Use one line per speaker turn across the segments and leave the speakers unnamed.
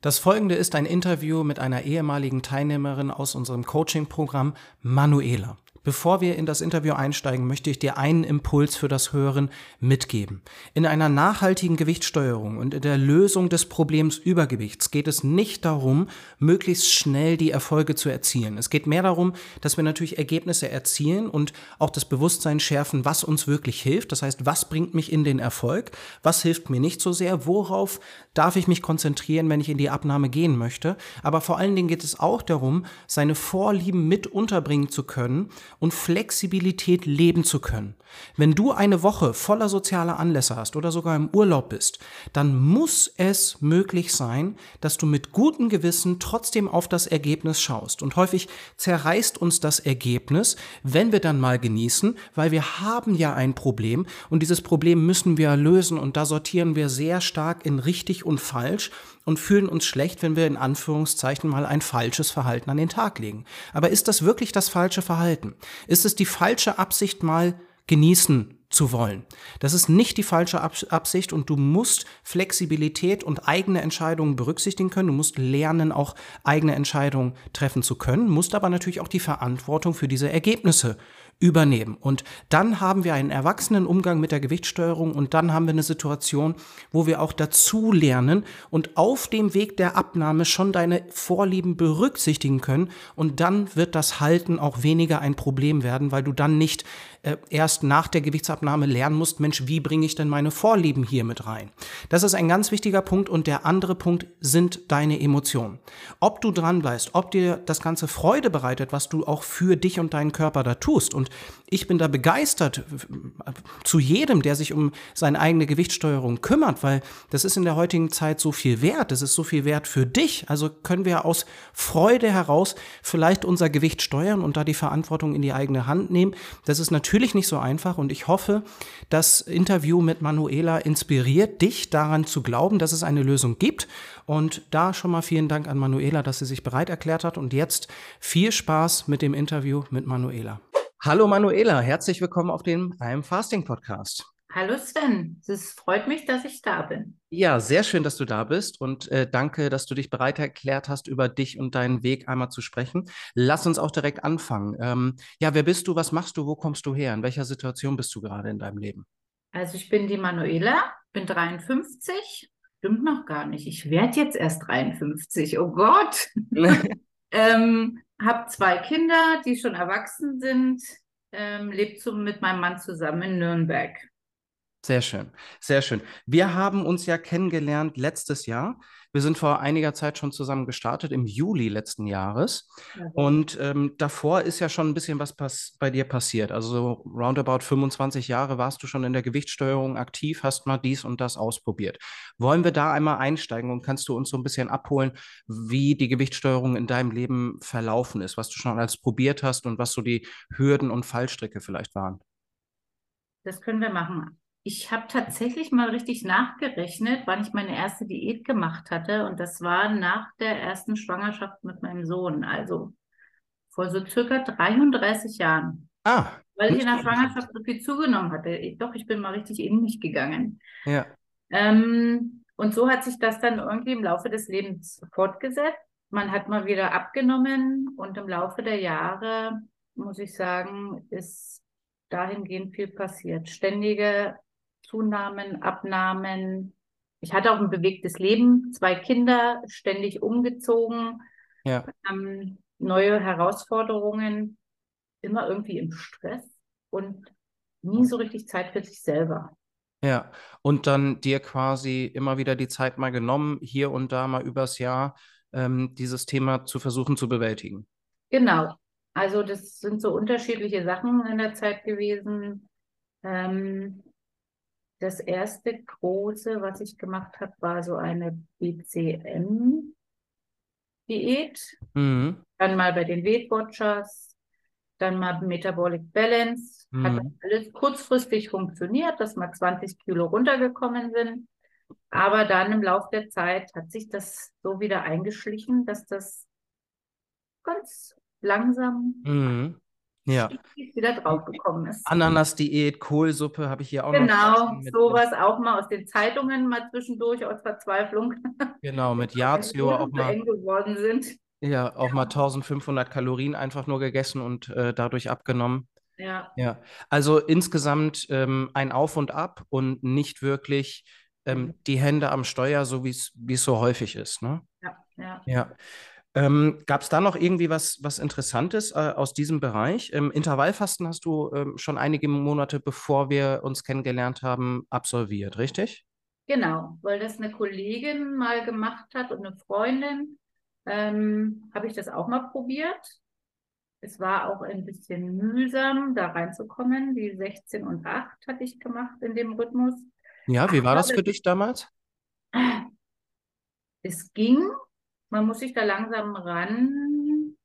Das folgende ist ein Interview mit einer ehemaligen Teilnehmerin aus unserem Coaching-Programm, Manuela. Bevor wir in das Interview einsteigen, möchte ich dir einen Impuls für das Hören mitgeben. In einer nachhaltigen Gewichtssteuerung und in der Lösung des Problems Übergewichts geht es nicht darum, möglichst schnell die Erfolge zu erzielen. Es geht mehr darum, dass wir natürlich Ergebnisse erzielen und auch das Bewusstsein schärfen, was uns wirklich hilft. Das heißt, was bringt mich in den Erfolg? Was hilft mir nicht so sehr? Worauf darf ich mich konzentrieren, wenn ich in die Abnahme gehen möchte? Aber vor allen Dingen geht es auch darum, seine Vorlieben mit unterbringen zu können und Flexibilität leben zu können. Wenn du eine Woche voller sozialer Anlässe hast oder sogar im Urlaub bist, dann muss es möglich sein, dass du mit gutem Gewissen trotzdem auf das Ergebnis schaust. Und häufig zerreißt uns das Ergebnis, wenn wir dann mal genießen, weil wir haben ja ein Problem und dieses Problem müssen wir lösen und da sortieren wir sehr stark in richtig und falsch und fühlen uns schlecht, wenn wir in Anführungszeichen mal ein falsches Verhalten an den Tag legen. Aber ist das wirklich das falsche Verhalten? Ist es die falsche Absicht, mal genießen zu wollen? Das ist nicht die falsche Absicht und du musst Flexibilität und eigene Entscheidungen berücksichtigen können. Du musst lernen, auch eigene Entscheidungen treffen zu können, musst aber natürlich auch die Verantwortung für diese Ergebnisse übernehmen. Und dann haben wir einen erwachsenen Umgang mit der Gewichtssteuerung und dann haben wir eine Situation, wo wir auch dazu lernen und auf dem Weg der Abnahme schon deine Vorlieben berücksichtigen können und dann wird das Halten auch weniger ein Problem werden, weil du dann nicht erst nach der Gewichtsabnahme lernen musst, Mensch, wie bringe ich denn meine Vorlieben hier mit rein? Das ist ein ganz wichtiger Punkt und der andere Punkt sind deine Emotionen. Ob du dran bleibst, ob dir das Ganze Freude bereitet, was du auch für dich und deinen Körper da tust. Und ich bin da begeistert zu jedem, der sich um seine eigene Gewichtssteuerung kümmert, weil das ist in der heutigen Zeit so viel wert. Das ist so viel wert für dich. Also können wir aus Freude heraus vielleicht unser Gewicht steuern und da die Verantwortung in die eigene Hand nehmen. Das ist natürlich nicht so einfach und ich hoffe, das Interview mit Manuela inspiriert dich daran zu glauben, dass es eine Lösung gibt. Und da schon mal vielen Dank an Manuela, dass sie sich bereit erklärt hat. Und jetzt viel Spaß mit dem Interview mit Manuela. Hallo Manuela, herzlich willkommen auf dem I Am Fasting Podcast.
Hallo Sven, es freut mich, dass ich da bin.
Ja, sehr schön, dass du da bist und danke, dass du dich bereit erklärt hast, über dich und deinen Weg einmal zu sprechen. Lass uns auch direkt anfangen. Ja, wer bist du, was machst du, wo kommst du her, in welcher Situation bist du gerade in deinem Leben?
Also ich bin die Manuela, bin 53, stimmt noch gar nicht. Ich werde jetzt erst 53, oh Gott. Habe zwei Kinder, die schon erwachsen sind, lebe mit meinem Mann zusammen in Nürnberg.
Sehr schön, sehr schön. Wir haben uns ja kennengelernt letztes Jahr. Wir sind vor einiger Zeit schon zusammen gestartet, im Juli letzten Jahres.
Jawohl.
Und davor ist ja schon ein bisschen was bei dir passiert. Also so roundabout 25 Jahre warst du schon in der Gewichtssteuerung aktiv, hast mal dies und das ausprobiert. Wollen wir da einmal einsteigen und kannst du uns so ein bisschen abholen, wie die Gewichtssteuerung in deinem Leben verlaufen ist, was du schon alles probiert hast und was so die Hürden und Fallstricke vielleicht waren?
Das können wir machen. Ich habe tatsächlich mal richtig nachgerechnet, wann ich meine erste Diät gemacht hatte. Und das war nach der ersten Schwangerschaft mit meinem Sohn, also vor so circa 33 Jahren.
Ah,
Weil ich in
nicht
der
so lange.
Schwangerschaft so viel zugenommen hatte. Doch, ich bin mal richtig in mich gegangen.
Ja.
Und so hat sich das dann irgendwie im Laufe des Lebens fortgesetzt. Man hat mal wieder abgenommen und im Laufe der Jahre, muss ich sagen, ist dahingehend viel passiert. Ständige Zunahmen, Abnahmen. Ich hatte auch ein bewegtes Leben, zwei Kinder, ständig umgezogen,
Ja,
neue Herausforderungen, immer irgendwie im Stress und nie so richtig Zeit für sich selber.
ja. Und dann dir quasi immer wieder die Zeit mal genommen, hier und da mal übers Jahr dieses Thema zu versuchen zu bewältigen.
Genau. Also das sind so unterschiedliche Sachen in der Zeit gewesen. Ähm, Das erste große, was ich gemacht habe, war so eine BCM-Diät.
Mhm.
Dann mal bei den Weight Watchers, dann mal Metabolic Balance. Hat
Mhm.
alles kurzfristig funktioniert, dass mal 20 Kilo runtergekommen sind. Aber dann im Laufe der Zeit hat sich das so wieder eingeschlichen, dass das ganz langsam
Mhm. Ja.
stetig wieder draufgekommen ist.
Ananas-Diät, Kohlsuppe habe ich hier auch noch
Genau,
stehen mit,
sowas auch mal aus den Zeitungen, mal zwischendurch aus Verzweiflung,
genau, mit
wenn die
Yazio auch
Hosen zu
mal,
eng geworden sind.
ja, auch mal 1500 Kalorien einfach nur gegessen und dadurch abgenommen.
Ja,
Ja, also insgesamt ein Auf und Ab und nicht wirklich
mhm.
die Hände am Steuer, so wie es so häufig ist, ne?
Ja, ja.
Ja. Gab es da noch irgendwie was Interessantes aus diesem Bereich? Intervallfasten hast du schon einige Monate, bevor wir uns kennengelernt haben, absolviert, richtig?
Genau, weil das eine Kollegin mal gemacht hat und eine Freundin, habe ich das auch mal probiert. Es war auch ein bisschen mühsam, da reinzukommen. Die 16 und 8 hatte ich gemacht in dem Rhythmus.
Ja, wie war
Aber
das für dich damals?
es ging. Man muss sich da langsam ranarbeiten,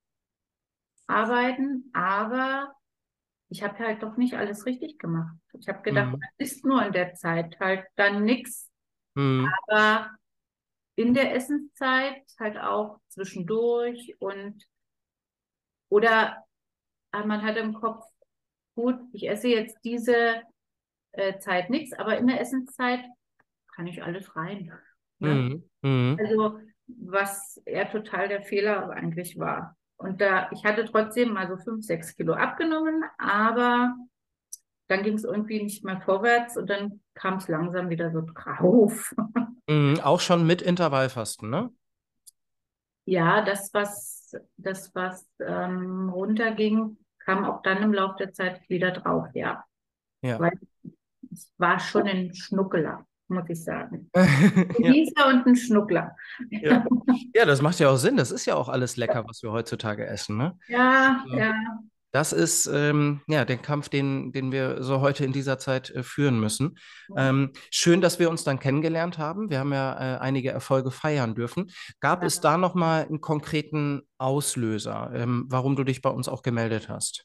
aber ich habe halt doch nicht alles richtig gemacht. Ich habe gedacht,
Mhm.
man isst nur in der Zeit halt dann nichts,
Mhm.
aber in der Essenszeit halt auch zwischendurch und oder man hat im Kopf, gut, ich esse jetzt diese Zeit nichts, aber in der Essenszeit kann ich alles rein. Ne?
Mhm. Mhm.
Also was eher total der Fehler eigentlich war. Und ich hatte trotzdem mal so 5, 6 Kilo abgenommen, aber dann ging es irgendwie nicht mehr vorwärts und dann kam es langsam wieder so drauf.
Mhm. Auch schon mit Intervallfasten, ne?
Ja, das, was runterging, kam auch dann im Laufe der Zeit wieder drauf, ja.
Ja.
Weil es war schon ein Schnuckeler, muss ich sagen.
Ja.
Genießer und ein Schnuckler.
Ja. Ja, das macht ja auch Sinn. Das ist ja auch alles lecker, was wir heutzutage essen, ne?
Ja,
So.
ja,
Das ist ja der Kampf, den wir so heute in dieser Zeit führen müssen. Schön, dass wir uns dann kennengelernt haben. Wir haben ja einige Erfolge feiern dürfen. Gab es
ja.
da noch mal einen konkreten Auslöser, warum du dich bei uns auch gemeldet hast?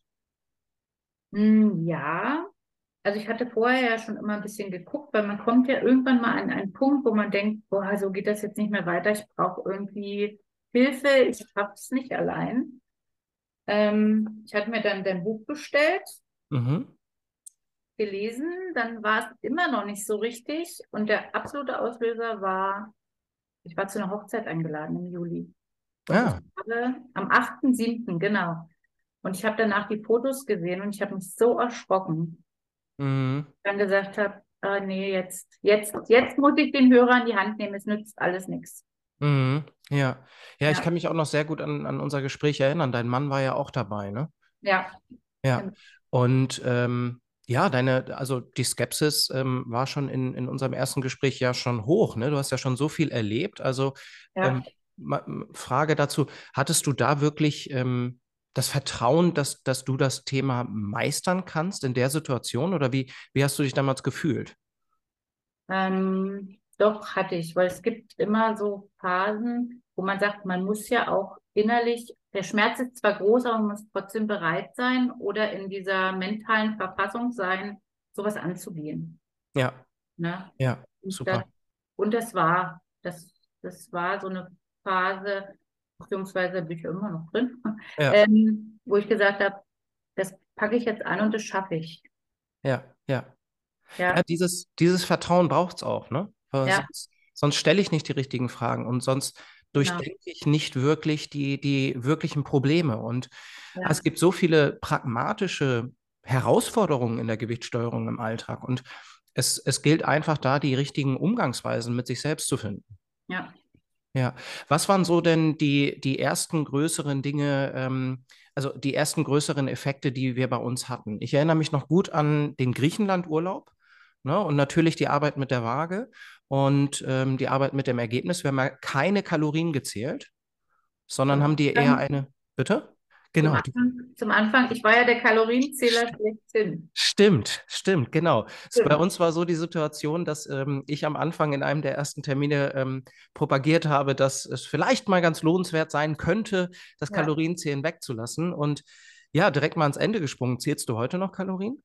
Ja, also ich hatte vorher ja schon immer ein bisschen geguckt, weil man kommt ja irgendwann mal an einen Punkt, wo man denkt, boah, so geht das jetzt nicht mehr weiter. Ich brauche irgendwie Hilfe, ich schaffe es nicht allein. Ich hatte mir dann dein Buch bestellt,
Mhm.
gelesen, dann war es immer noch nicht so richtig und der absolute Auslöser war, ich war zu einer Hochzeit eingeladen im Juli und ich
Ja.
habe am 8.7., genau. Und ich habe danach die Fotos gesehen und ich habe mich so erschrocken,
Mhm.
dann gesagt habe, nee, jetzt muss ich den Hörer in die Hand nehmen, es nützt alles nichts.
Mhm. Ja. Ja, ich
Ja,
kann mich auch noch sehr gut an unser Gespräch erinnern. Dein Mann war ja auch dabei, ne?
ja,
Ja.
genau.
Und ja, also die Skepsis war schon in unserem ersten Gespräch ja schon hoch, ne? Du hast ja schon so viel erlebt. Also
Ja.
ähm, Frage dazu, hattest du da wirklich das Vertrauen, dass du das Thema meistern kannst in der Situation? Oder wie hast du dich damals gefühlt?
Doch hatte ich, weil es gibt immer so Phasen, wo man sagt, man muss ja auch innerlich, der Schmerz ist zwar groß, aber man muss trotzdem bereit sein oder in dieser mentalen Verfassung sein, sowas anzugehen.
Ja,
Ne?
ja,
Und das,
super.
und das war so eine Phase, beziehungsweise bin ich ja immer noch drin,
Ja,
wo ich gesagt habe, das packe ich jetzt an und das schaffe ich.
ja, ja. Ja,
Ja,
dieses Vertrauen braucht es auch, ne? Weil
ja,
sonst stelle ich nicht die richtigen Fragen und sonst
genau.
durchdenke ich nicht wirklich die wirklichen Probleme. Und es
Ja.
gibt so viele pragmatische Herausforderungen in der Gewichtssteuerung im Alltag. Und es gilt einfach da, die richtigen Umgangsweisen mit sich selbst zu finden.
Ja.
Ja, was waren so denn die ersten größeren Dinge, also die ersten größeren Effekte, die wir bei uns hatten? Ich erinnere mich noch gut an den Griechenland-Urlaub, ne, und natürlich die Arbeit mit der Waage und die Arbeit mit dem Ergebnis. Wir haben ja keine Kalorien gezählt, sondern
Zum
haben dir eher
Anfang,
eine, bitte? Genau,
zum Anfang, ich war ja der Kalorienzähler schlechthin.
stimmt, stimmt, genau. Bei
Stimmt.
uns war so die Situation, dass ich am Anfang in einem der ersten Termine propagiert habe, dass es vielleicht mal ganz lohnenswert sein könnte, das
Ja.
Kalorienzählen wegzulassen. Und ja, direkt mal ans Ende gesprungen. Zählst du heute noch Kalorien?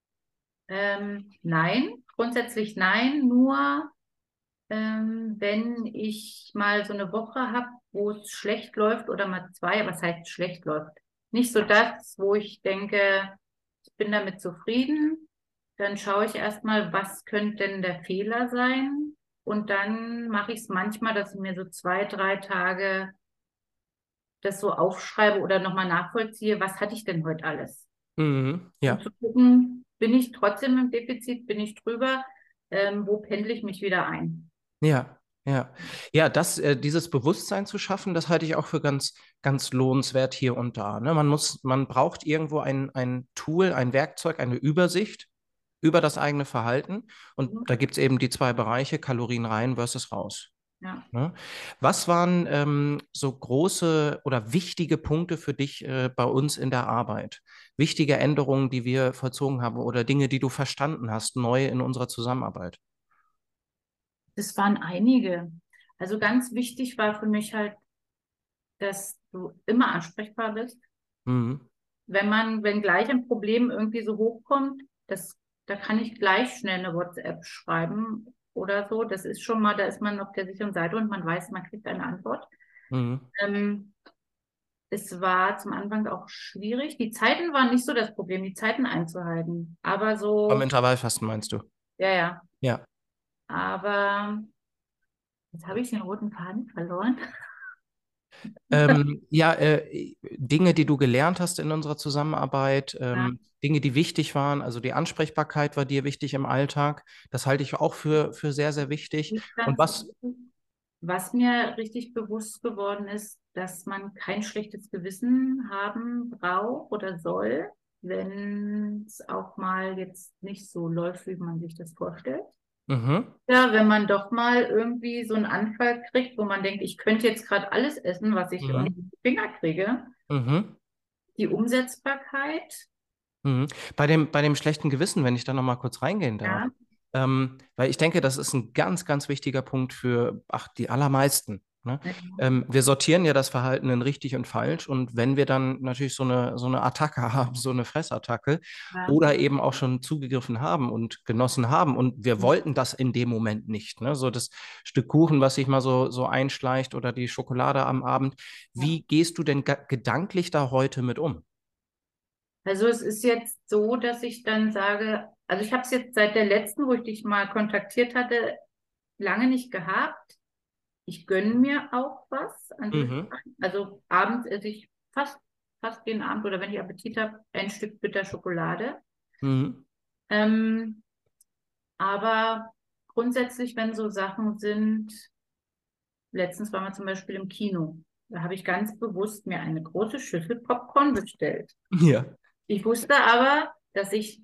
Nein, grundsätzlich nein, nur wenn ich mal so eine Woche habe, wo es schlecht läuft oder mal zwei, was heißt schlecht läuft? nicht so das, wo ich denke, ich bin damit zufrieden. Dann schaue ich erstmal, was könnte denn der Fehler sein? Und dann mache ich es manchmal, dass ich mir so 2, 3 Tage das so aufschreibe oder nochmal nachvollziehe, was hatte ich denn heute alles?
Mhm.
Um
Ja.
zu gucken, bin ich trotzdem im Defizit, bin ich drüber, wo pendle ich mich wieder ein?
Ja, ja. Ja, dieses Bewusstsein zu schaffen, das halte ich auch für ganz, ganz lohnenswert hier und da. Ne? Man braucht irgendwo ein Tool, ein Werkzeug, eine Übersicht über das eigene Verhalten. Und
Mhm.
da gibt es eben die zwei Bereiche, Kalorien rein versus raus.
Ja.
Ne? Was waren so große oder wichtige Punkte für dich bei uns in der Arbeit? Wichtige Änderungen, die wir vollzogen haben oder Dinge, die du verstanden hast, neu in unserer Zusammenarbeit?
Das waren einige. Also ganz wichtig war für mich halt, dass du immer ansprechbar bist.
Mhm.
Wenn gleich ein Problem irgendwie so hochkommt, da kann ich gleich schnell eine WhatsApp schreiben oder so. Das ist schon mal, da ist man auf der sicheren Seite und man weiß, man kriegt eine Antwort.
Mhm.
Ähm, Es war zum Anfang auch schwierig. Die Zeiten waren nicht so das Problem, die Zeiten einzuhalten. Aber
Beim
so,
Intervallfasten meinst du?
ja, ja.
Ja.
Aber jetzt habe ich den roten Faden verloren.
Ja, Dinge, die du gelernt hast in unserer Zusammenarbeit,
Ja,
Dinge, die wichtig waren, also die Ansprechbarkeit war dir wichtig im Alltag. Das halte ich auch für sehr, sehr wichtig.
nicht
Und
ganz
was,
wichtig. Was mir richtig bewusst geworden ist, dass man kein schlechtes Gewissen haben braucht oder soll, wenn es auch mal jetzt nicht so läuft, wie man sich das vorstellt.
mhm,
Ja, wenn man doch mal irgendwie so einen Anfall kriegt, wo man denkt, ich könnte jetzt gerade alles essen, was ich
mhm,
irgendwie in die Finger kriege.
mhm,
Die Umsetzbarkeit,
mhm. Bei dem schlechten Gewissen, wenn ich da noch mal kurz reingehen darf,
ja,
weil ich denke, das ist ein ganz, ganz wichtiger Punkt für, ach, die allermeisten. Ne?
ja,
Wir sortieren ja das Verhalten in richtig und falsch und wenn wir dann natürlich so eine Attacke haben, so eine Fressattacke
ja,
oder eben auch schon zugegriffen haben und genossen haben und wir wollten das in dem Moment nicht, ne? So das Stück Kuchen, was sich mal so einschleicht oder die Schokolade am Abend.
ja.
Wie gehst du denn gedanklich da heute mit um?
Also es ist jetzt so, dass ich dann sage, also ich habe es jetzt seit der letzten, wo ich dich mal kontaktiert hatte, lange nicht gehabt. Ich gönne mir auch was an so
Mhm.
Sachen. Also abends esse ich fast jeden Abend oder wenn ich Appetit habe, ein Stück Bitterschokolade.
Mhm.
Ähm, aber grundsätzlich, wenn so Sachen sind, letztens waren wir zum Beispiel im Kino. Da habe ich ganz bewusst mir eine große Schüssel Popcorn bestellt.
Ja.
Ich wusste aber, dass ich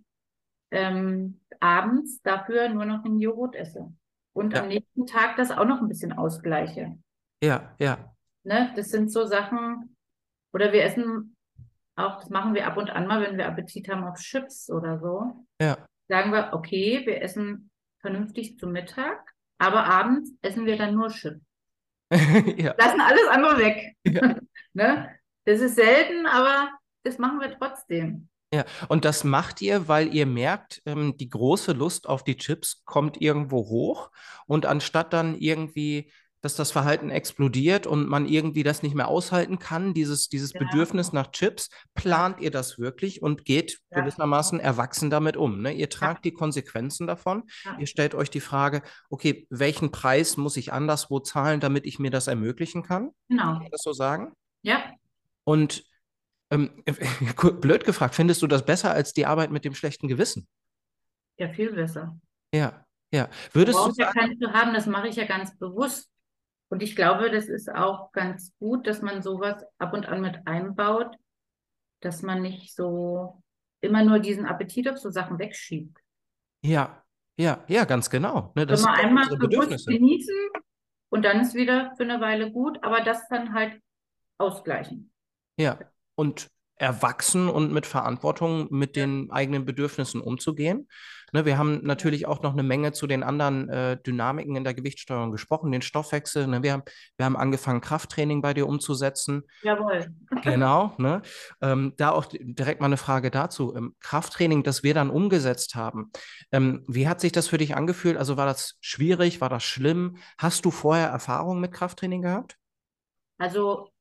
abends dafür nur noch einen Joghurt esse. Und am
Ja,
nächsten Tag das auch noch ein bisschen ausgleiche.
ja, ja,
Ne? Das sind so Sachen, oder wir essen auch, das machen wir ab und an mal, wenn wir Appetit haben auf Chips oder so.
ja.
Sagen wir, okay, wir essen vernünftig zu Mittag, aber abends essen wir dann nur Chips.
Ja,
Lassen alles andere weg.
ja.
Ne? Das ist selten, aber das machen wir trotzdem.
Ja, und das macht ihr, weil ihr merkt, die große Lust auf die Chips kommt irgendwo hoch und anstatt dann irgendwie, dass das Verhalten explodiert und man irgendwie das nicht mehr aushalten kann, dieses
Ja,
Bedürfnis nach Chips,
ja,
plant ihr das wirklich und geht
ja,
gewissermaßen erwachsen damit um. Ne? Ihr
ja,
tragt die Konsequenzen davon. Ihr
ja,
stellt euch die Frage, okay, welchen Preis muss ich anderswo zahlen, damit ich mir das ermöglichen kann? Kann man
genau.
das so sagen?
Ja,
Und blöd gefragt, findest du das besser als die Arbeit mit dem schlechten Gewissen?
ja, viel besser.
Ja, ja.
Da
Würdest du
brauche ich ja
sagen,
keinen zu haben, das mache ich ja ganz bewusst. Und ich glaube, das ist auch ganz gut, dass man sowas ab und an mit einbaut, dass man nicht so immer nur diesen Appetit auf so Sachen wegschiebt.
ja, ja, ja, ganz genau. Ne, das
Wenn
sind
man
ja
einmal
unsere
bewusst
Bedürfnisse.
genießen und dann ist wieder für eine Weile gut, aber das dann halt ausgleichen.
Ja. Und erwachsen und mit Verantwortung mit
Ja,
den eigenen Bedürfnissen umzugehen. Ne, wir haben
ja.
natürlich auch noch eine Menge zu den anderen Dynamiken in der Gewichtssteuerung gesprochen, den Stoffwechsel. Ne, wir haben angefangen, Krafttraining bei dir umzusetzen.
Jawohl.
Genau, ne? Da auch direkt mal eine Frage dazu. Krafttraining, das wir dann umgesetzt haben. Wie hat sich das für dich angefühlt? Also war das schwierig? War das schlimm? Hast du vorher Erfahrung mit Krafttraining gehabt?
Also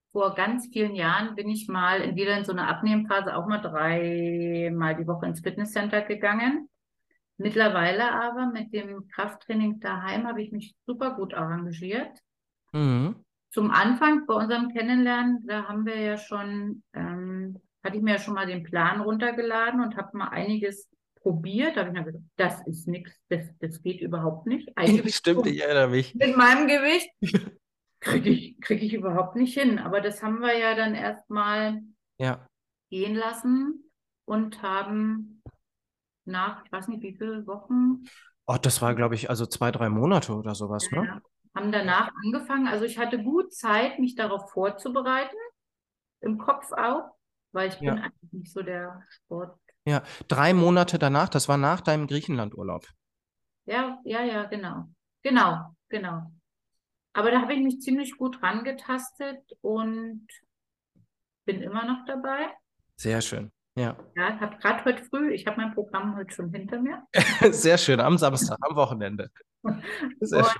vor ganz vielen Jahren bin ich mal wieder in so einer Abnehmphase auch mal 3-mal die Woche ins Fitnesscenter gegangen. Mittlerweile aber mit dem Krafttraining daheim habe ich mich super gut arrangiert.
Mhm.
Zum Anfang bei unserem Kennenlernen, da haben wir ja schon, hatte ich mir ja schon mal den Plan runtergeladen und habe mal einiges probiert. Da habe ich mir gedacht, das ist nichts, das geht überhaupt nicht. Eigengewicht
Stimmt, ich erinnere mich.
mit meinem Gewicht krieg ich überhaupt nicht hin. Aber das haben wir ja dann erstmal
Ja.
gehen lassen und haben nach, ich weiß nicht wie viele Wochen,
Oh, das war, glaube ich, also 2, 3 Monate oder sowas, ne?
ja, haben
Ja.
danach angefangen. Also ich hatte gut Zeit, mich darauf vorzubereiten, im Kopf auch, weil ich bin
Ja.
eigentlich nicht so der Sport.
Ja. 3 Monate danach, das war nach deinem Griechenlandurlaub.
Ja, ja, ja, genau. Genau, genau. Aber da habe ich mich ziemlich gut rangetastet und bin immer noch dabei.
Sehr schön. Ja.
Ja, ich habe gerade heute früh, ich habe mein Programm heute schon hinter mir.
Sehr schön. Am Samstag, am Wochenende. Sehr
Und
schön.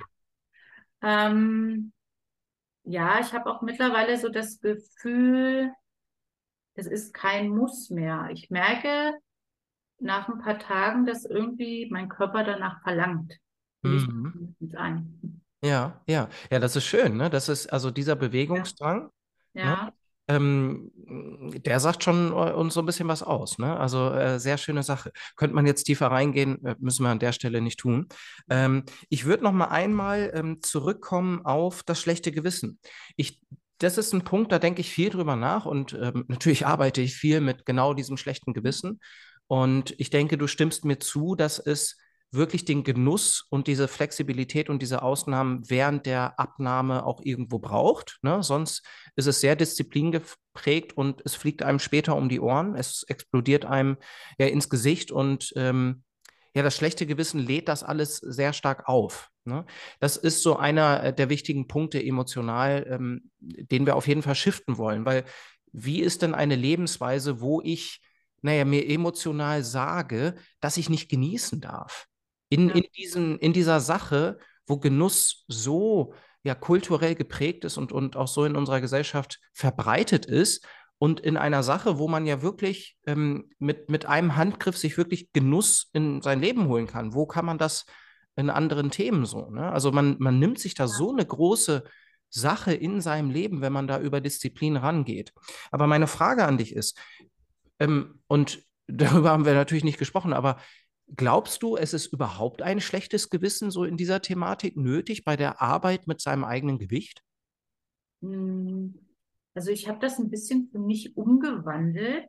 ja, ich habe auch mittlerweile so das Gefühl, es ist kein Muss mehr. Ich merke nach ein paar Tagen, dass irgendwie mein Körper danach verlangt. Bilde ich
Mhm.
mindestens ein.
Ja, ja. Ja, das ist schön, ne? Das ist also dieser
Ja,
Bewegungsdrang, ne?
ja.
Ähm, Der sagt schon uns so ein bisschen was aus, ne? Also sehr schöne Sache. Könnte man jetzt tiefer reingehen, müssen wir an der Stelle nicht tun. Ich würde noch mal einmal zurückkommen auf das schlechte Gewissen. Ich, Das ist ein Punkt, da denke ich viel drüber nach und natürlich arbeite ich viel mit genau diesem schlechten Gewissen. Und ich denke, du stimmst mir zu, dass es wirklich den Genuss und diese Flexibilität und diese Ausnahmen während der Abnahme auch irgendwo braucht. Ne? Sonst ist es sehr disziplingeprägt und es fliegt einem später um die Ohren. Es explodiert einem ja ins Gesicht und ja, das schlechte Gewissen lädt das alles sehr stark auf. Ne? Das ist so einer der wichtigen Punkte emotional, den wir auf jeden Fall shiften wollen, weil wie ist denn eine Lebensweise, wo ich, naja, mir emotional sage, dass ich nicht genießen darf?
Ja.
In dieser Sache, wo Genuss so ja kulturell geprägt ist und auch so in unserer Gesellschaft verbreitet ist und in einer Sache, wo man ja wirklich mit einem Handgriff sich wirklich Genuss in sein Leben holen kann. Wo kann man das in anderen Themen so? Ne? Also man nimmt sich da so eine große Sache in seinem Leben, wenn man da über Disziplin rangeht. Aber meine Frage an dich ist, und darüber haben wir natürlich nicht gesprochen, aber glaubst du, es ist überhaupt ein schlechtes Gewissen so in dieser Thematik nötig bei der Arbeit mit seinem eigenen Gewicht?
Hm, also ich habe das ein bisschen für mich umgewandelt.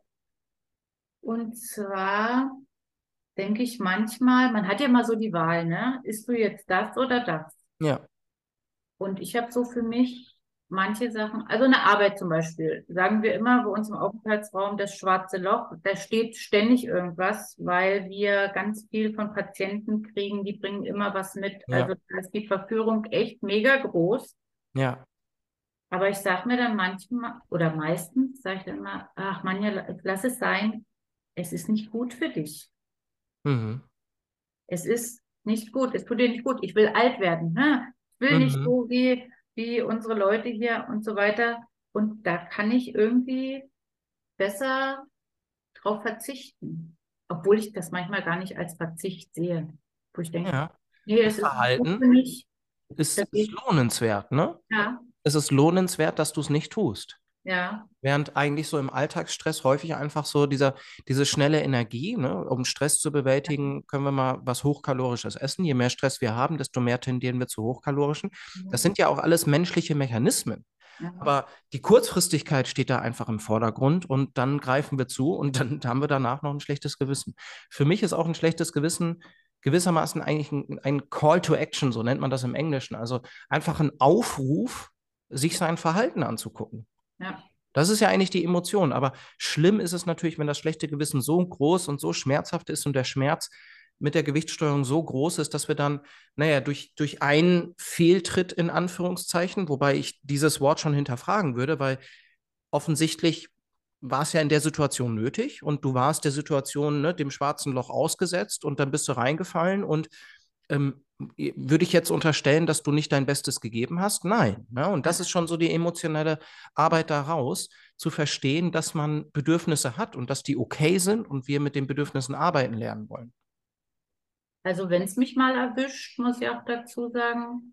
Und zwar denke ich manchmal, man hat ja mal so die Wahl, ne? Isst du jetzt das oder das?
Ja,
Und ich habe so für mich manche Sachen, also eine Arbeit zum Beispiel, sagen wir immer bei uns im Aufenthaltsraum, das schwarze Loch, da steht ständig irgendwas, weil wir ganz viel von Patienten kriegen, die bringen immer was mit.
ja,
Also da ist die Verführung echt mega groß.
ja.
Aber ich sage mir dann manchmal oder meistens sage ich dann immer, ach Manja, lass es sein, es ist nicht gut für dich.
Mhm.
Es ist nicht gut, es tut dir nicht gut. Ich will alt werden. Ne? Ich will nicht
Mhm.
so wie unsere Leute hier und so weiter. Und da kann ich irgendwie besser drauf verzichten. Obwohl ich das manchmal gar nicht als Verzicht sehe. Wo ich denke,
Ja.
nee,
Das
es ist nicht gut
Verhalten
für mich.
ist,
Das
ist
geht,
lohnenswert, ne?
ja,
Es ist lohnenswert, dass du es nicht tust.
ja,
Während eigentlich so im Alltagsstress häufig einfach so diese schnelle Energie, ne, um Stress zu bewältigen, können wir mal was Hochkalorisches essen. Je mehr Stress wir haben, desto mehr tendieren wir zu hochkalorischen. Das sind ja auch alles menschliche Mechanismen.
ja,
Aber die Kurzfristigkeit steht da einfach im Vordergrund und dann greifen wir zu und dann haben wir danach noch ein schlechtes Gewissen. Für mich ist auch ein schlechtes Gewissen gewissermaßen eigentlich ein Call to Action, so nennt man das im Englischen. Also einfach ein Aufruf, sich sein Verhalten anzugucken.
ja,
Das ist ja eigentlich die Emotion. Aber schlimm ist es natürlich, wenn das schlechte Gewissen so groß und so schmerzhaft ist und der Schmerz mit der Gewichtssteuerung so groß ist, dass wir dann, naja, durch einen Fehltritt in Anführungszeichen, wobei ich dieses Wort schon hinterfragen würde, weil offensichtlich war es ja in der Situation nötig und du warst der Situation, ne, dem schwarzen Loch ausgesetzt und dann bist du reingefallen und würde ich jetzt unterstellen, dass du nicht dein Bestes gegeben hast? Nein. Ne? Und das ist schon so die emotionale Arbeit daraus, zu verstehen, dass man Bedürfnisse hat und dass die okay sind und wir mit den Bedürfnissen arbeiten lernen wollen.
Also wenn es mich mal erwischt, muss ich auch dazu sagen,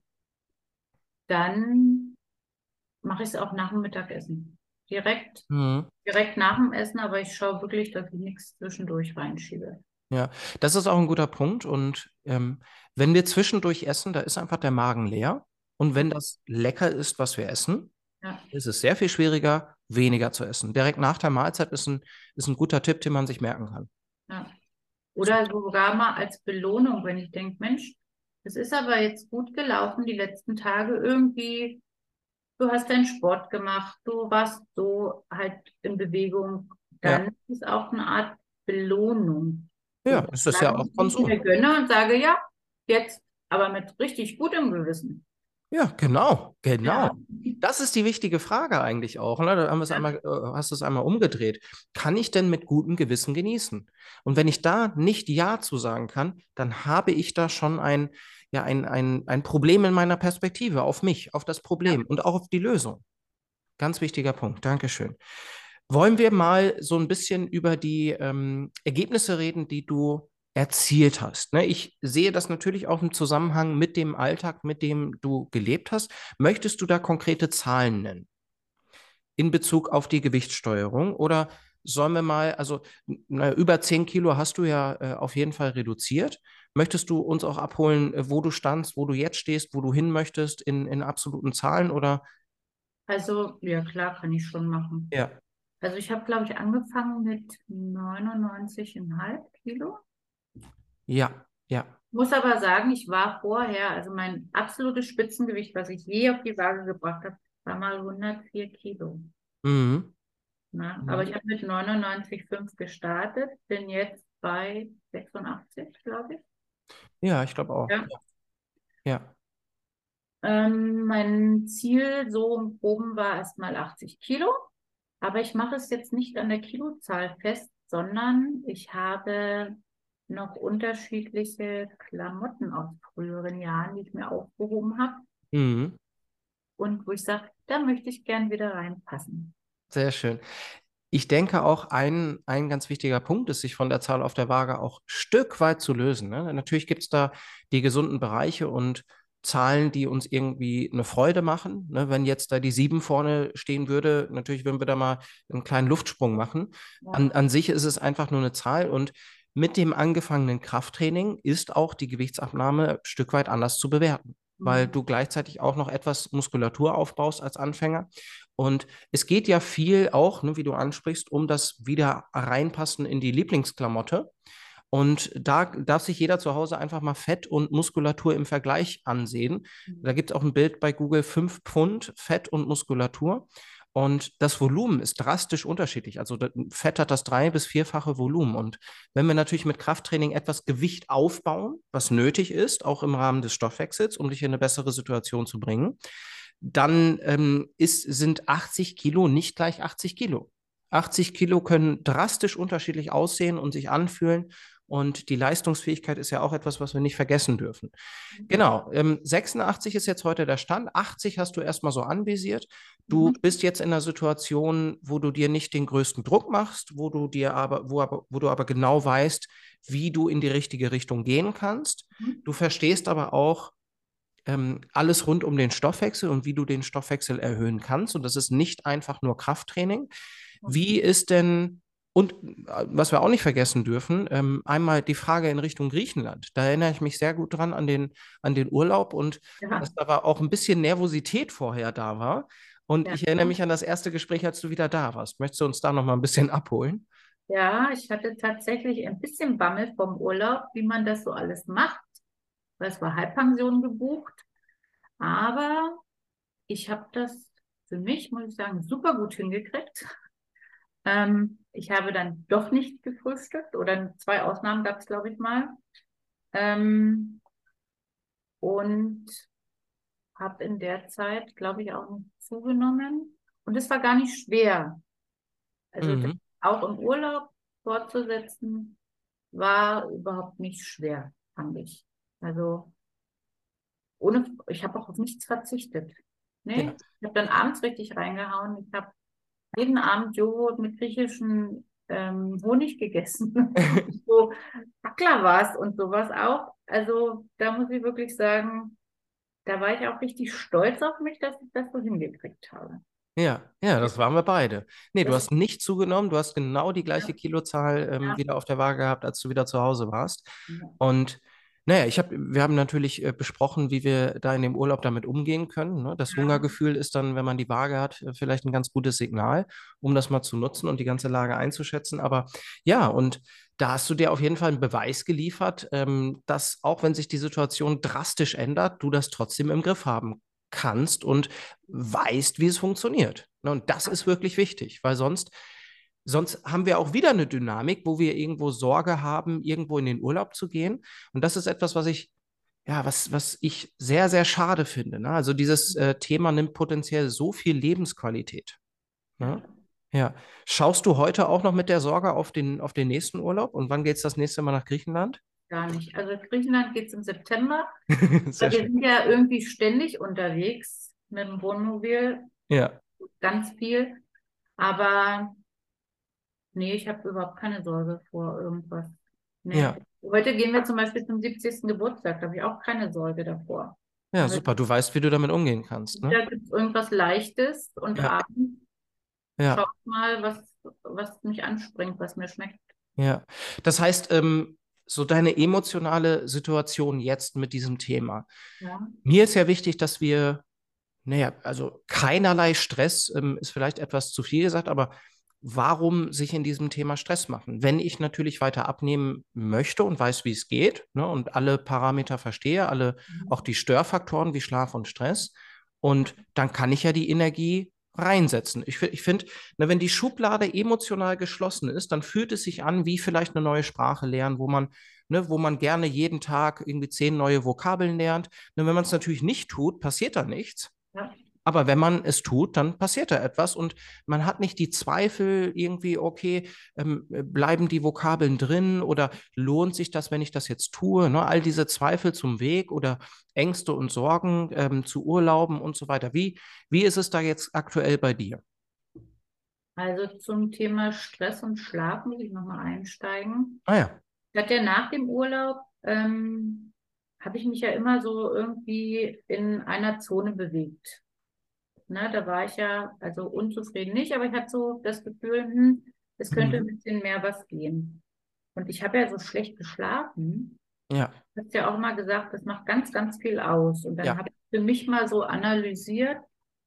dann mache ich es auch nach dem Mittagessen.
Mhm.
Direkt nach dem Essen, aber ich schaue wirklich, dass ich nichts zwischendurch reinschiebe.
Ja, das ist auch ein guter Punkt. Und wenn wir zwischendurch essen, da ist einfach der Magen leer. Und wenn das lecker ist, was wir essen,
Ja,
ist es sehr viel schwieriger, weniger zu essen. Direkt nach der Mahlzeit ist ein guter Tipp, den man sich merken kann.
ja. Oder sogar mal als Belohnung, wenn ich denke, Mensch, es ist aber jetzt gut gelaufen die letzten Tage irgendwie. Du hast deinen Sport gemacht, du warst so halt in Bewegung.
Ja,
Dann ist auch eine Art Belohnung.
ja,
So,
es ist ja auch
solange ich
Konsum.
mir gönne und sage, ja, jetzt, aber mit richtig gutem Gewissen.
Ja, genau, genau.
Ja,
Das ist die wichtige Frage eigentlich auch. Ne? Da haben wir es einmal, hast du es einmal umgedreht. Kann ich denn mit gutem Gewissen genießen? Und wenn ich da nicht Ja zu sagen kann, dann habe ich da schon ein Problem in meiner Perspektive auf mich, auf das
ja.
Problem und auch auf die Lösung. Ganz wichtiger Punkt. Dankeschön. Wollen wir mal so ein bisschen über die Ergebnisse reden, die du erzielt hast? Ne? Ich sehe das natürlich auch im Zusammenhang mit dem Alltag, mit dem du gelebt hast. Möchtest du da konkrete Zahlen nennen in Bezug auf die Gewichtssteuerung? Oder sollen wir mal, also über 10 Kilo hast du ja auf jeden Fall reduziert. Möchtest du uns auch abholen, wo du standst, wo du jetzt stehst, wo du hin möchtest in absoluten Zahlen? Oder
Also, ja klar, kann ich schon machen.
ja,
Also ich habe, glaube ich, angefangen mit 99,5 Kilo.
ja, ja.
Muss aber sagen, ich war vorher, also mein absolutes Spitzengewicht, was ich je auf die Waage gebracht habe, war mal 104 Kilo.
Mhm.
Ne? Aber
Mhm.
ich habe mit 99,5 gestartet, bin jetzt bei 86, glaube ich.
Ja, ich glaube auch.
Ja.
Ja.
Mein Ziel so im Groben war erstmal 80 Kilo. Aber ich mache es jetzt nicht an der Kilozahl fest, sondern ich habe noch unterschiedliche Klamotten aus früheren Jahren, die ich mir aufgehoben habe
Mhm.
und wo ich sage, da möchte ich gern wieder reinpassen.
Sehr schön. Ich denke auch, ein ganz wichtiger Punkt ist, sich von der Zahl auf der Waage auch Stück weit zu lösen. Ne? Natürlich gibt es da die gesunden Bereiche und Zahlen, die uns irgendwie eine Freude machen. Ne? Wenn jetzt da die 7 vorne stehen würde, natürlich würden wir da mal einen kleinen Luftsprung machen.
Ja.
An sich ist es einfach nur eine Zahl und mit dem angefangenen Krafttraining ist auch die Gewichtsabnahme ein Stück weit anders zu bewerten, weil
Mhm.
du gleichzeitig auch noch etwas Muskulatur aufbaust als Anfänger. Und es geht ja viel auch, ne, wie du ansprichst, um das wieder reinpassen in die Lieblingsklamotte. Und da darf sich jeder zu Hause einfach mal Fett und Muskulatur im Vergleich ansehen. Da gibt es auch ein Bild bei Google, 5 Pfund Fett und Muskulatur. Und das Volumen ist drastisch unterschiedlich. Also Fett hat das 3- bis 4-fache Volumen. Und wenn wir natürlich mit Krafttraining etwas Gewicht aufbauen, was nötig ist, auch im Rahmen des Stoffwechsels, um dich in eine bessere Situation zu bringen, dann sind 80 Kilo nicht gleich 80 Kilo. 80 Kilo können drastisch unterschiedlich aussehen und sich anfühlen. Und die Leistungsfähigkeit ist ja auch etwas, was wir nicht vergessen dürfen. Genau, 86 ist jetzt heute der Stand. 80 hast du erstmal so anvisiert. Du
Mhm.
bist jetzt in einer Situation, wo du dir nicht den größten Druck machst, wo du aber genau weißt, wie du in die richtige Richtung gehen kannst.
Mhm.
Du verstehst aber auch, alles rund um den Stoffwechsel und wie du den Stoffwechsel erhöhen kannst. Und das ist nicht einfach nur Krafttraining. Wie ist denn, und was wir auch nicht vergessen dürfen, einmal die Frage in Richtung Griechenland. Da erinnere ich mich sehr gut dran an den Urlaub und dass
Ja,
da war auch ein bisschen Nervosität vorher da war. Und
ja.
ich erinnere mich an das erste Gespräch, als du wieder da warst. Möchtest du uns da noch mal ein bisschen abholen?
Ja, ich hatte tatsächlich ein bisschen Bammel vom Urlaub, wie man das so alles macht, weil es war Halbpension gebucht. Aber ich habe das für mich, muss ich sagen, super gut hingekriegt. Ich habe dann doch nicht gefrühstückt oder zwei Ausnahmen gab es, glaube ich, mal. Ähm, und habe in der Zeit, glaube ich, auch nicht zugenommen. Und es war gar nicht schwer. Also das
Mhm.
auch im Urlaub fortzusetzen, war überhaupt nicht schwer, fand ich. Also ich habe auch auf nichts verzichtet.
Ja.
Nee, ich habe dann abends richtig reingehauen. Ich habe jeden Abend Joghurt mit griechischem Honig gegessen. So Baklava und sowas auch. Also da muss ich wirklich sagen, da war ich auch richtig stolz auf mich, dass ich das so hingekriegt habe.
Ja, ja, das waren wir beide. Nee, du
Das,
hast nicht zugenommen, du hast genau die gleiche
ja,
Kilozahl
ja,
wieder auf der Waage gehabt, als du wieder zu Hause warst.
ja,
Und naja, wir haben natürlich besprochen, wie wir da in dem Urlaub damit umgehen können. Ne? Das Hungergefühl ist dann, wenn man die Waage hat, vielleicht ein ganz gutes Signal, um das mal zu nutzen und die ganze Lage einzuschätzen. Aber ja, und da hast du dir auf jeden Fall einen Beweis geliefert, dass auch wenn sich die Situation drastisch ändert, du das trotzdem im Griff haben kannst und weißt, wie es funktioniert. Ne, und das ist wirklich wichtig, weil sonst haben wir auch wieder eine Dynamik, wo wir irgendwo Sorge haben, irgendwo in den Urlaub zu gehen. Und das ist etwas, was ich sehr, sehr schade finde. Ne? Also dieses Thema nimmt potenziell so viel Lebensqualität. Ne?
ja,
Ja. Schaust du heute auch noch mit der Sorge auf den nächsten Urlaub? Und wann geht es das nächste Mal nach Griechenland?
gar nicht. Also Griechenland geht es im September.
Sehr
Wir
schön.
sind ja irgendwie ständig unterwegs mit dem Wohnmobil,
Ja,
ganz viel. Aber nee, ich habe überhaupt keine Sorge vor irgendwas. Nee.
ja,
Heute gehen wir zum Beispiel zum 70. Geburtstag, da habe ich auch keine Sorge davor.
ja,
Aber
super. Du weißt, wie du damit umgehen kannst, ne?
da gibt es irgendwas Leichtes und
Ja,
abends schau
ja.
ich mal, was mich anspringt, was mir schmeckt.
Ja, das heißt, so deine emotionale Situation jetzt mit diesem Thema.
Ja,
Mir ist ja wichtig, dass wir, naja, also keinerlei Stress, ist vielleicht etwas zu viel gesagt, aber warum sich in diesem Thema Stress machen? Wenn ich natürlich weiter abnehmen möchte und weiß, wie es geht, ne, und alle Parameter verstehe, auch die Störfaktoren wie Schlaf und Stress, und dann kann ich ja die Energie reinsetzen. Ich finde, ne, wenn die Schublade emotional geschlossen ist, dann fühlt es sich an wie vielleicht eine neue Sprache lernen, wo man gerne jeden Tag irgendwie 10 neue Vokabeln lernt. Ne, wenn man es natürlich nicht tut, passiert da nichts.
ja.
Aber wenn man es tut, dann passiert da etwas und man hat nicht die Zweifel irgendwie, okay, bleiben die Vokabeln drin oder lohnt sich das, wenn ich das jetzt tue? Ne? All diese Zweifel zum Weg oder Ängste und Sorgen zu Urlauben und so weiter. Wie ist es da jetzt aktuell bei dir?
Also zum Thema Stress und Schlaf muss ich nochmal einsteigen.
Ah ja.
Ich hatte ja nach dem Urlaub, habe ich mich ja immer so irgendwie in einer Zone bewegt. Ne, da war ich ja, also unzufrieden nicht, aber ich hatte so das Gefühl, es könnte ein
Mhm.
bisschen mehr was gehen. Und ich habe ja so schlecht geschlafen.
Ja,
Du hast ja auch mal gesagt, das macht ganz, ganz viel aus. Und dann
ja.
habe ich für mich mal so analysiert,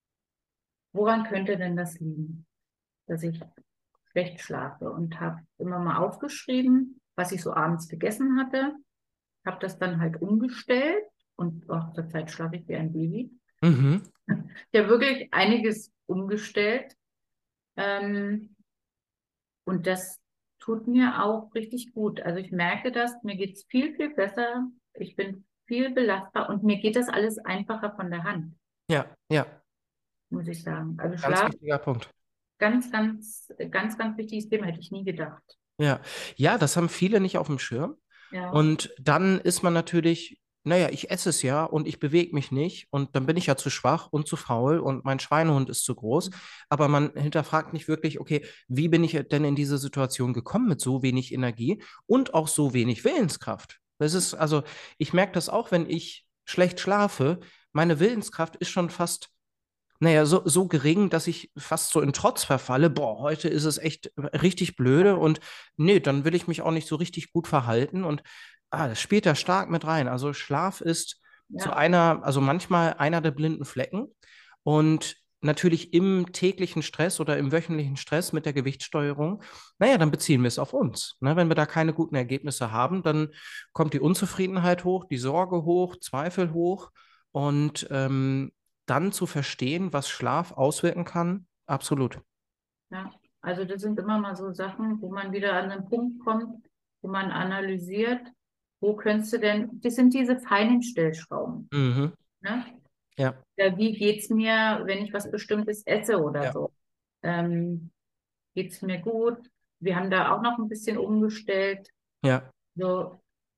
woran könnte denn das liegen, dass ich schlecht schlafe? Und habe immer mal aufgeschrieben, was ich so abends gegessen hatte, habe das dann halt umgestellt und auch zur Zeit schlafe ich wie ein Baby.
Mhm.
Ich habe wirklich einiges umgestellt. Ähm, Und das tut mir auch richtig gut. Also ich merke das, mir geht's viel, viel besser. Ich bin viel belastbar und mir geht das alles einfacher von der Hand,
Ja, ja.
muss ich sagen. Also
Ganz
Schlaf,
wichtiger Punkt.
ganz, ganz, ganz, ganz wichtiges Thema, hätte ich nie gedacht.
Ja, ja, das haben viele nicht auf dem Schirm.
Ja,
Und dann ist man natürlich, naja, ich esse es ja und ich bewege mich nicht und dann bin ich ja zu schwach und zu faul und mein Schweinehund ist zu groß. Aber man hinterfragt nicht wirklich, okay, wie bin ich denn in diese Situation gekommen mit so wenig Energie und auch so wenig Willenskraft? Das ist, also, ich merke das auch, wenn ich schlecht schlafe, meine Willenskraft ist schon fast naja, so gering, dass ich fast so in Trotz verfalle. Boah, heute ist es echt richtig blöde und nee, dann will ich mich auch nicht so richtig gut verhalten und das spielt da stark mit rein. Also Schlaf ist
ja,
also manchmal einer der blinden Flecken und natürlich im täglichen Stress oder im wöchentlichen Stress mit der Gewichtssteuerung, naja, dann beziehen wir es auf uns. Ne? Wenn wir da keine guten Ergebnisse haben, dann kommt die Unzufriedenheit hoch, die Sorge hoch, Zweifel hoch und dann zu verstehen, was Schlaf auswirken kann, absolut.
ja. Also das sind immer mal so Sachen, wo man wieder an den Punkt kommt, wo man analysiert, wo könntest du denn, das sind diese feinen Stellschrauben,
Mhm.
ne?
Ja,
Ja, wie geht's mir, wenn ich was Bestimmtes esse oder
ja,
so? Ähm, Geht's mir gut? Wir haben da auch noch ein bisschen umgestellt.
ja,
So,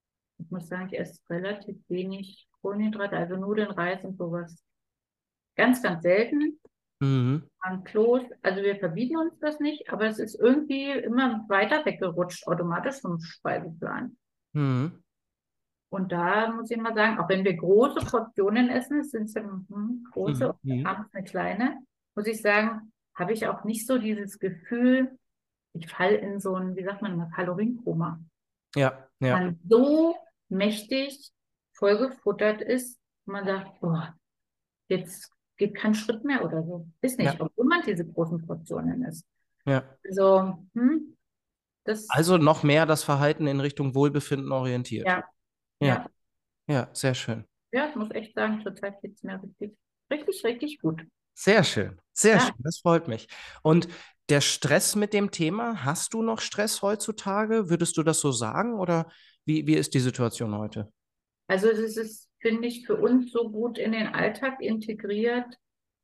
ich muss sagen, ich esse relativ wenig Kohlenhydrate, also Nudeln, Reis und sowas. Ganz, ganz selten.
Mhm.
An Klos, also wir verbieten uns das nicht, aber es ist irgendwie immer weiter weggerutscht, automatisch vom Speiseplan.
Mhm.
Und da muss ich mal sagen, auch wenn wir große Portionen essen, es sind ja große
Mhm.
und
Mhm.
abends eine kleine, muss ich sagen, habe ich auch nicht so dieses Gefühl, ich falle in so ein, wie sagt man, mal, Kalorienkoma.
Ja, ja,
Man so mächtig vollgefuttert ist, man sagt, boah, jetzt geht kein Schritt mehr oder so. Ist
ja,
nicht, obwohl man diese großen Portionen isst.
ja.
Also, das,
Also noch mehr das Verhalten in Richtung Wohlbefinden orientiert.
ja,
Ja,
ja,
ja, sehr schön.
ja, ich muss echt sagen, zurzeit geht es mir richtig, richtig, richtig gut.
Sehr schön, sehr
Ja,
schön, das freut mich. Und der Stress mit dem Thema, hast du noch Stress heutzutage? Würdest du das so sagen oder wie ist die Situation heute?
also es ist, finde ich, für uns so gut in den Alltag integriert,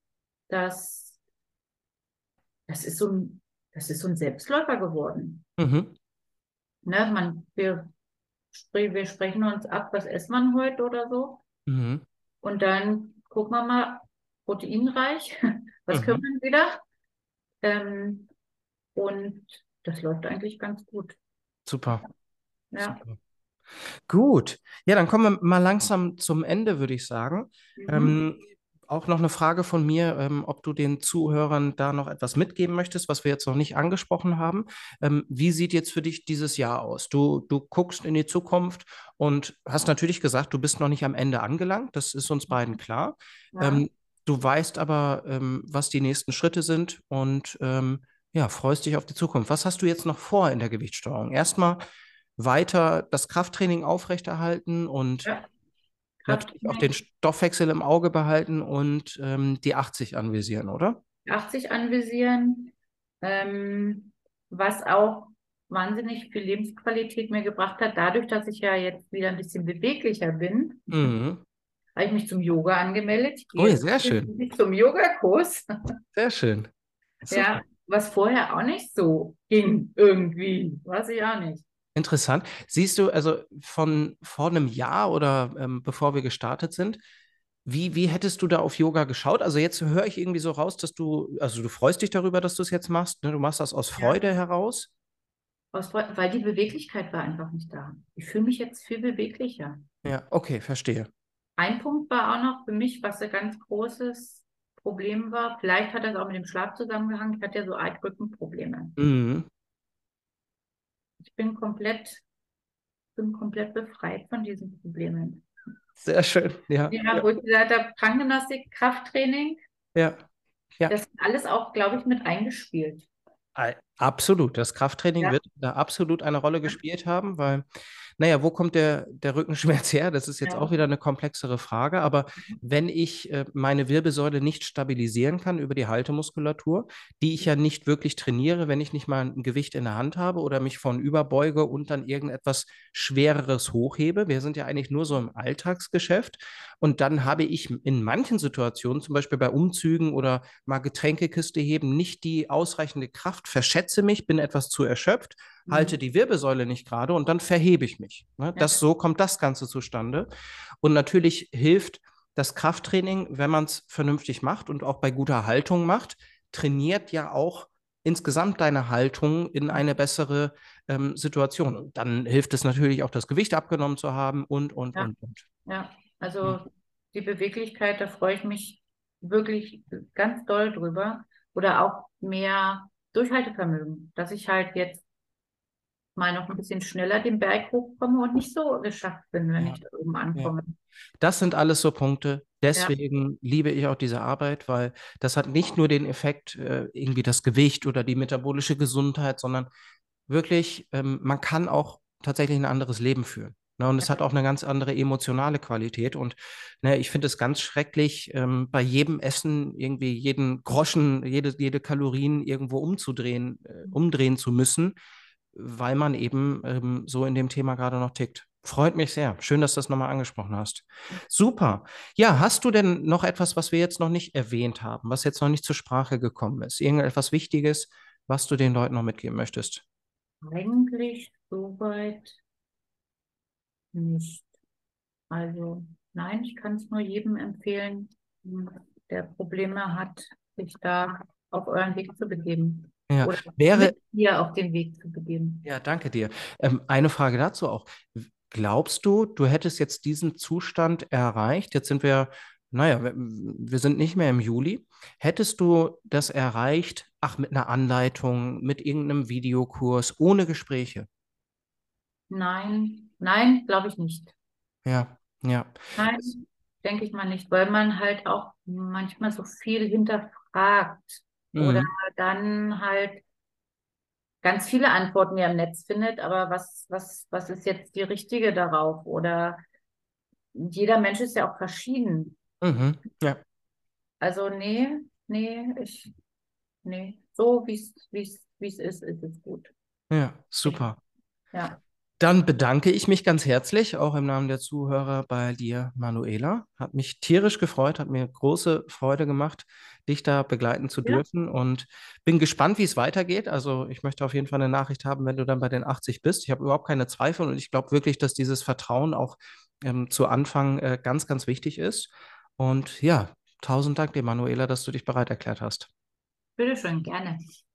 dass das ist so ein, das ist so ein Selbstläufer geworden.
Mhm.
Ne? Wir sprechen uns ab, was isst man heute oder so.
Mhm.
Und dann gucken wir mal, proteinreich, was können
Mhm.
wir wieder? Ähm, und das läuft eigentlich ganz gut.
Super,
Ja.
super. Gut, ja, dann kommen wir mal langsam zum Ende, würde ich sagen.
Mhm.
Ähm, auch noch eine Frage von mir, ob du den Zuhörern da noch etwas mitgeben möchtest, was wir jetzt noch nicht angesprochen haben. Wie sieht jetzt für dich dieses Jahr aus? Du guckst in die Zukunft und hast natürlich gesagt, du bist noch nicht am Ende angelangt. Das ist uns beiden klar.
Ja.
Ähm, du weißt aber, was die nächsten Schritte sind und ja, freust dich auf die Zukunft. Was hast du jetzt noch vor in der Gewichtssteuerung? Erstmal weiter das Krafttraining aufrechterhalten und
Ja.
natürlich auch
Krafttraining
den Stoffwechsel im Auge behalten und die 80 anvisieren, oder?
80 anvisieren, ähm, was auch wahnsinnig viel Lebensqualität mir gebracht hat, dadurch, dass ich ja jetzt wieder ein bisschen beweglicher bin,
Mhm.
habe ich mich zum Yoga angemeldet. Ich gehe
Ui,
jetzt
sehr schön.
zum Yogakurs.
Sehr schön. Super.
Ja, was vorher auch nicht so ging, irgendwie. Weiß ich auch nicht.
Interessant. Siehst du, also von vor einem Jahr oder bevor wir gestartet sind, wie hättest du da auf Yoga geschaut? Also jetzt höre ich irgendwie so raus, dass also du freust dich darüber, dass du es jetzt machst, ne? Du machst das aus
Ja.
Freude heraus.
Weil die Beweglichkeit war einfach nicht da. Ich fühle mich jetzt viel beweglicher.
Ja, okay, verstehe.
Ein Punkt war auch noch für mich, was ein ganz großes Problem war. Vielleicht hat das auch mit dem Schlaf zusammengehangen. Ich hatte ja so arg Rückenprobleme.
Mhm.
Ich bin komplett befreit von diesen Problemen.
Sehr schön. Ja,
Ja,
ja,
wo ich gesagt habe, Krankengymnastik, Krafttraining,
ja. Ja,
das ist alles auch, glaube ich, mit eingespielt.
Absolut. Das Krafttraining
Ja,
wird da absolut eine Rolle gespielt haben, weil, naja, wo kommt der Rückenschmerz her? Das ist jetzt auch
ja.
wieder eine komplexere Frage. Aber wenn ich meine Wirbelsäule nicht stabilisieren kann über die Haltemuskulatur, die ich ja nicht wirklich trainiere, wenn ich nicht mal ein Gewicht in der Hand habe oder mich von überbeuge und dann irgendetwas Schwereres hochhebe, wir sind ja eigentlich nur so im Alltagsgeschäft. Und dann habe ich in manchen Situationen, zum Beispiel bei Umzügen oder mal Getränkekiste heben, nicht die ausreichende Kraft, verschätze mich, bin etwas zu erschöpft, halte
Mhm.
die Wirbelsäule nicht gerade und dann verhebe ich mich. Ne?
Ja,
So kommt das Ganze zustande. Und natürlich hilft das Krafttraining, wenn man es vernünftig macht und auch bei guter Haltung macht, trainiert ja auch insgesamt deine Haltung in eine bessere Situation. Und dann hilft es natürlich auch, das Gewicht abgenommen zu haben
ja,
und.
ja.
Ja.
Also die Beweglichkeit, da freue ich mich wirklich ganz doll drüber. Oder auch mehr Durchhaltevermögen, dass ich halt jetzt mal noch ein bisschen schneller den Berg hochkomme und nicht so geschafft bin, wenn
Ja.
ich da oben
Ja.
ankomme.
Das sind alles so Punkte.
Ja,
Deswegen liebe ich auch diese Arbeit, weil das hat nicht nur den Effekt, irgendwie das Gewicht oder die metabolische Gesundheit, sondern wirklich, man kann auch tatsächlich ein anderes Leben führen. Ne? Und es hat
ja,
auch eine ganz andere emotionale Qualität. Und ne, ich finde es ganz schrecklich, bei jedem Essen irgendwie jeden Groschen, jede Kalorien irgendwo umdrehen zu müssen, weil man eben so in dem Thema gerade noch tickt. Freut mich sehr. Schön, dass du das nochmal angesprochen hast. Super. Ja, hast du denn noch etwas, was wir jetzt noch nicht erwähnt haben, was jetzt noch nicht zur Sprache gekommen ist? Irgendetwas Wichtiges, was du den Leuten noch mitgeben möchtest?
eigentlich soweit nicht. Also nein, ich kann es nur jedem empfehlen, der Probleme hat, sich da auf euren Weg zu begeben
Ja,
oder
wäre,
mit dir auf den Weg zu begeben.
ja, danke dir. Eine Frage dazu auch. Glaubst du, du hättest jetzt diesen Zustand erreicht? Jetzt sind wir, naja, wir sind nicht mehr im Juli. Hättest du das erreicht, ach, mit einer Anleitung, mit irgendeinem Videokurs, ohne Gespräche?
Nein, nein, glaube ich nicht.
Ja, ja. Es,
Nein, denke ich mal nicht, weil man halt auch manchmal so viel hinterfragt oder
mhm,
dann halt ganz viele Antworten ja im Netz findet, aber was ist jetzt die richtige darauf? Oder jeder Mensch ist ja auch verschieden.
mhm, ja,
Also nee, so wie es ist es gut.
ja,
Ich,
super.
ja,
Dann bedanke ich mich ganz herzlich, auch im Namen der Zuhörer bei dir, Manuela. Hat mich tierisch gefreut, hat mir große Freude gemacht, dich da begleiten zu
ja,
dürfen und bin gespannt, wie es weitergeht. Also ich möchte auf jeden Fall eine Nachricht haben, wenn du dann bei den 80 bist. Ich habe überhaupt keine Zweifel und ich glaube wirklich, dass dieses Vertrauen auch zu Anfang ganz, ganz wichtig ist. Und ja, tausend Dank dir, Manuela, dass du dich bereit erklärt hast.
bitteschön, gerne.